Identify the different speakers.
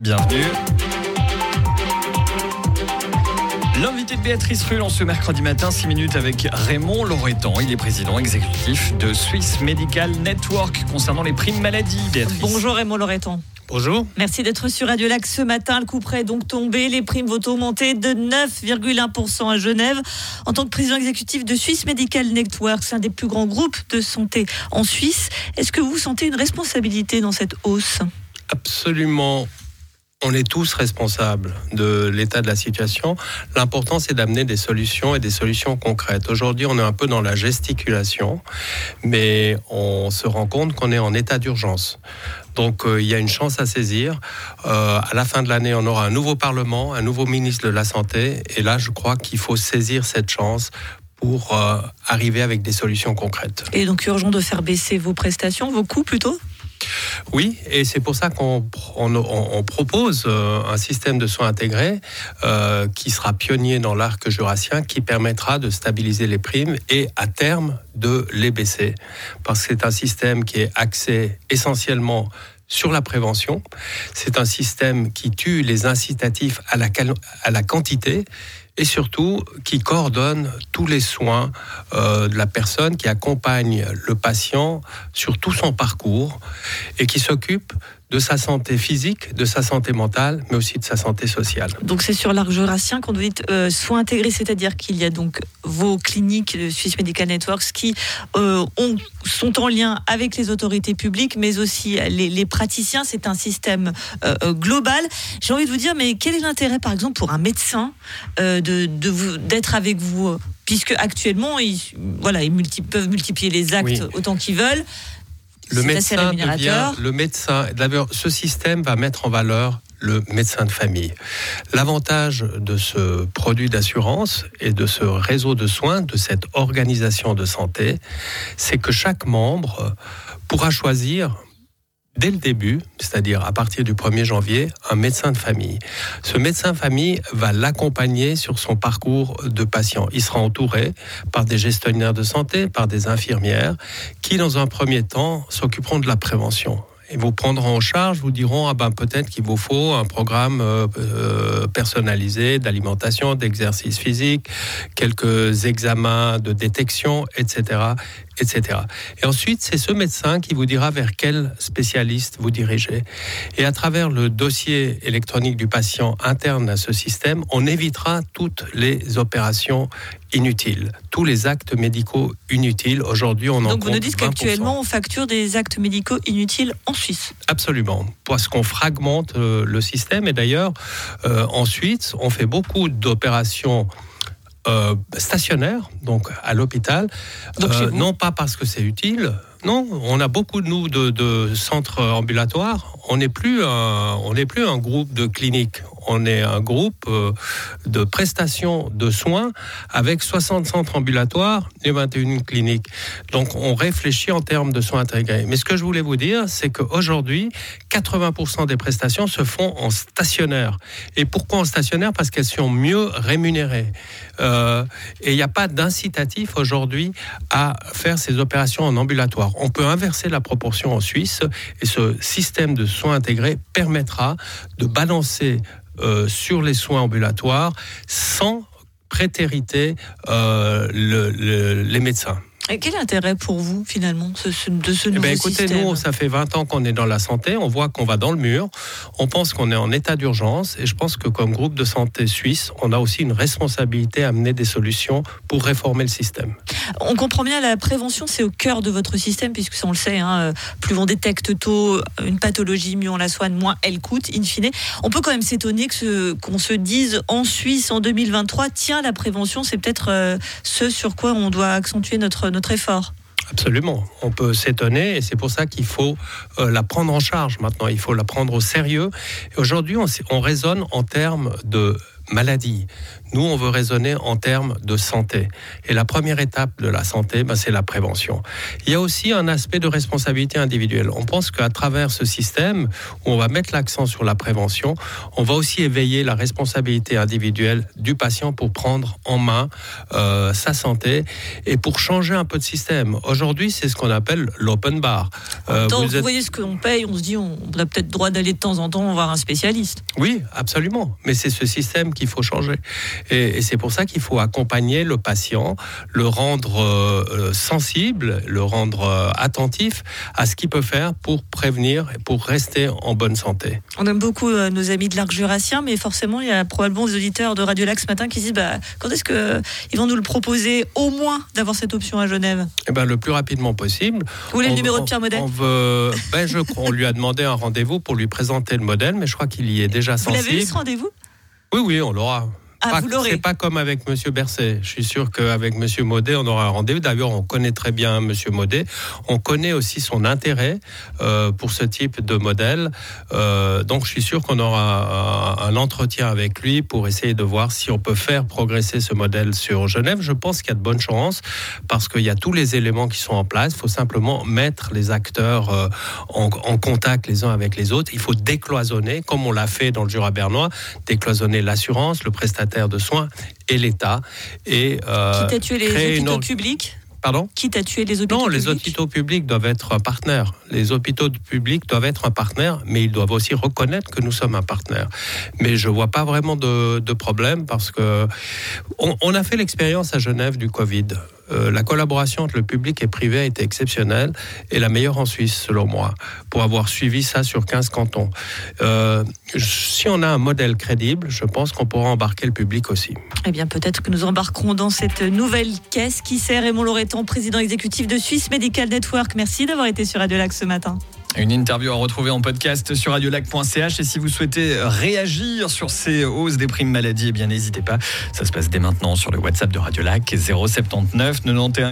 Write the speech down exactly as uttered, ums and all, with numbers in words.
Speaker 1: Bienvenue. L'invité de Béatrice Rulle en ce mercredi matin, six minutes avec Raymond Loretan. Il est président exécutif de Swiss Medical Network concernant les primes maladie. Béatrice.
Speaker 2: Bonjour Raymond Loretan.
Speaker 3: Bonjour.
Speaker 2: Merci d'être sur Radio Lac ce matin. Le coup près est donc tombé. Les primes vont augmenter de neuf virgule un pour cent à Genève. En tant que président exécutif de Swiss Medical Network, c'est un des plus grands groupes de santé en Suisse. Est-ce que vous sentez une responsabilité dans cette hausse ?
Speaker 3: Absolument. On est tous responsables de l'état de la situation. L'important, c'est d'amener des solutions et des solutions concrètes. Aujourd'hui, on est un peu dans la gesticulation, mais on se rend compte qu'on est en état d'urgence. Donc, euh, il y a une chance à saisir. Euh, à la fin de l'année, on aura un nouveau Parlement, un nouveau ministre de la Santé. Et là, je crois qu'il faut saisir cette chance pour euh, arriver avec des solutions concrètes.
Speaker 2: Et donc, urgent de faire baisser vos prestations, vos coûts plutôt ?
Speaker 3: Oui, et c'est pour ça qu'on on, on propose euh, un système de soins intégrés euh, qui sera pionnier dans l'arc jurassien, qui permettra de stabiliser les primes et à terme de les baisser. Parce que c'est un système qui est axé essentiellement sur la prévention. C'est un système qui tue les incitatifs à la, à la quantité et surtout qui coordonne tous les soins euh, de la personne, qui accompagne le patient sur tout son parcours et qui s'occupe de sa santé physique, de sa santé mentale, mais aussi de sa santé sociale.
Speaker 2: Donc c'est sur l'arc jurassien qu'on doit être euh, soins intégrés, c'est-à-dire qu'il y a donc vos cliniques de Swiss Medical Networks qui euh, ont, sont en lien avec les autorités publiques, mais aussi les, les praticiens. C'est un système euh, global. J'ai envie de vous dire, mais quel est l'intérêt, par exemple, pour un médecin euh, de, de vous, d'être avec vous, puisque actuellement, ils, voilà, ils multi, peuvent multiplier les actes oui. autant qu'ils veulent.
Speaker 3: Le médecin devient le médecin. D'abord, ce système va mettre en valeur le médecin de famille. L'avantage de ce produit d'assurance et de ce réseau de soins, de cette organisation de santé, c'est que chaque membre pourra choisir dès le début, c'est-à-dire à partir du premier janvier, un médecin de famille. Ce médecin de famille va l'accompagner sur son parcours de patient. Il sera entouré par des gestionnaires de santé, par des infirmières, qui, dans un premier temps, s'occuperont de la prévention. Ils vous prendront en charge, vous diront ah ben peut-être qu'il vous faut un programme euh, euh, personnalisé d'alimentation, d'exercice physique, quelques examens de détection, et cetera, et cetera. Et ensuite, c'est ce médecin qui vous dira vers quel spécialiste vous dirigez. Et à travers le dossier électronique du patient interne à ce système, on évitera toutes les opérations inutiles, tous les actes médicaux inutiles. Aujourd'hui, on en compte
Speaker 2: Donc vous nous dites qu'actuellement, on facture des actes médicaux inutiles en Suisse.
Speaker 3: Absolument, parce qu'on fragmente euh, le système. Et d'ailleurs, euh, ensuite, on fait beaucoup d'opérations euh, stationnaires, donc à l'hôpital.
Speaker 2: Donc
Speaker 3: euh, non pas parce que c'est utile. Non, on a beaucoup de nous de, de centres ambulatoires. On n'est plus un, on n'est plus un groupe de cliniques. On est un groupe euh, de prestations de soins avec soixante centres ambulatoires et vingt et une cliniques. Donc, on réfléchit en termes de soins intégrés. Mais ce que je voulais vous dire, c'est qu'aujourd'hui, quatre-vingts pour cent des prestations se font en stationnaire. Et pourquoi en stationnaire ? Parce qu'elles sont mieux rémunérées. Euh, et il n'y a pas d'incitatif aujourd'hui à faire ces opérations en ambulatoire. On peut inverser la proportion en Suisse et ce système de soins intégrés permettra de balancer euh, sur les soins ambulatoires sans prétériter euh, le, le, les médecins.
Speaker 2: Et quel intérêt pour vous, finalement, ce, ce, de ce
Speaker 3: eh
Speaker 2: nouveau
Speaker 3: ben, écoutez,
Speaker 2: système ?
Speaker 3: Nous, ça fait vingt ans qu'on est dans la santé, on voit qu'on va dans le mur, on pense qu'on est en état d'urgence, et je pense que comme groupe de santé suisse, on a aussi une responsabilité à amener des solutions pour réformer le système.
Speaker 2: On comprend bien, la prévention, c'est au cœur de votre système, puisque ça, on le sait, hein, plus on détecte tôt une pathologie, mieux on la soigne, moins elle coûte, in fine. On peut quand même s'étonner que ce, qu'on se dise en Suisse, en deux mille vingt-trois, tiens, la prévention, c'est peut-être euh, ce sur quoi on doit accentuer notre, notre effort.
Speaker 3: Absolument, on peut s'étonner et c'est pour ça qu'il faut euh, la prendre en charge maintenant, il faut la prendre au sérieux. Et aujourd'hui, on, on raisonne en termes de maladie. Nous, on veut raisonner en termes de santé. Et la première étape de la santé, ben, c'est la prévention. Il y a aussi un aspect de responsabilité individuelle. On pense qu'à travers ce système, où on va mettre l'accent sur la prévention, on va aussi éveiller la responsabilité individuelle du patient pour prendre en main euh, sa santé et pour changer un peu de système. Aujourd'hui, c'est ce qu'on appelle l'open bar.
Speaker 2: Euh, Tant, vous, vous êtes... voyez ce qu'on paye, on se dit on a peut-être droit d'aller de temps en temps voir un spécialiste.
Speaker 3: Oui, absolument. Mais c'est ce système qu'il faut changer. Et, et c'est pour ça qu'il faut accompagner le patient, le rendre euh, sensible, le rendre euh, attentif à ce qu'il peut faire pour prévenir et pour rester en bonne santé.
Speaker 2: On aime beaucoup euh, nos amis de l'arc jurassien, mais forcément, il y a probablement des auditeurs de Radio Lac ce matin qui se disent bah, quand est-ce qu'ils vont nous le proposer au moins d'avoir cette option à Genève ?
Speaker 3: Eh ben, le plus rapidement possible.
Speaker 2: Vous voulez le numéro de Pierre Maudet ?
Speaker 3: On, veut, ben, je, on lui a demandé un rendez-vous pour lui présenter le modèle, mais je crois qu'il y est déjà sensible.
Speaker 2: Vous l'avez eu ce rendez-vous ?
Speaker 3: Oui, oui, on l'aura.
Speaker 2: Ah,
Speaker 3: pas,
Speaker 2: vous l'aurez.
Speaker 3: C'est pas comme avec Monsieur Berset. Je suis sûr qu'avec Monsieur Maudet, on aura un rendez-vous. D'ailleurs, on connaît très bien Monsieur Maudet. On connaît aussi son intérêt euh, pour ce type de modèle. Euh, donc, je suis sûr qu'on aura un, un entretien avec lui pour essayer de voir si on peut faire progresser ce modèle sur Genève. Je pense qu'il y a de bonnes chances parce qu'il y a tous les éléments qui sont en place. Il faut simplement mettre les acteurs euh, en, en contact les uns avec les autres. Il faut décloisonner, comme on l'a fait dans le Jura bernois, décloisonner l'assurance, le prestataire de soins et l'État. Et, euh,
Speaker 2: Quitte à tuer les hôpitaux une... publics
Speaker 3: Pardon ?
Speaker 2: Quitte à tuer les hôpitaux
Speaker 3: non,
Speaker 2: publics.
Speaker 3: les hôpitaux publics doivent être partenaires. Les hôpitaux publics doivent être un partenaire, mais ils doivent aussi reconnaître que nous sommes un partenaire. Mais je ne vois pas vraiment de, de problème parce que on, on a fait l'expérience à Genève du Covid. Euh, la collaboration entre le public et le privé a été exceptionnelle et la meilleure en Suisse, selon moi, pour avoir suivi ça sur quinze cantons. Euh, si on a un modèle crédible, je pense qu'on pourra embarquer le public aussi.
Speaker 2: Eh bien, peut-être que nous embarquerons dans cette nouvelle caisse. Qui sert Raymond Loretan, président exécutif de Swiss Medical Network. Merci d'avoir été sur Radio Lac ce matin.
Speaker 1: Une interview à retrouver en podcast sur radiolac point c h et si vous souhaitez réagir sur ces hausses des primes maladie, eh bien n'hésitez pas. Ça se passe dès maintenant sur le WhatsApp de Radio Lac zéro sept neuf quatre-vingt-onze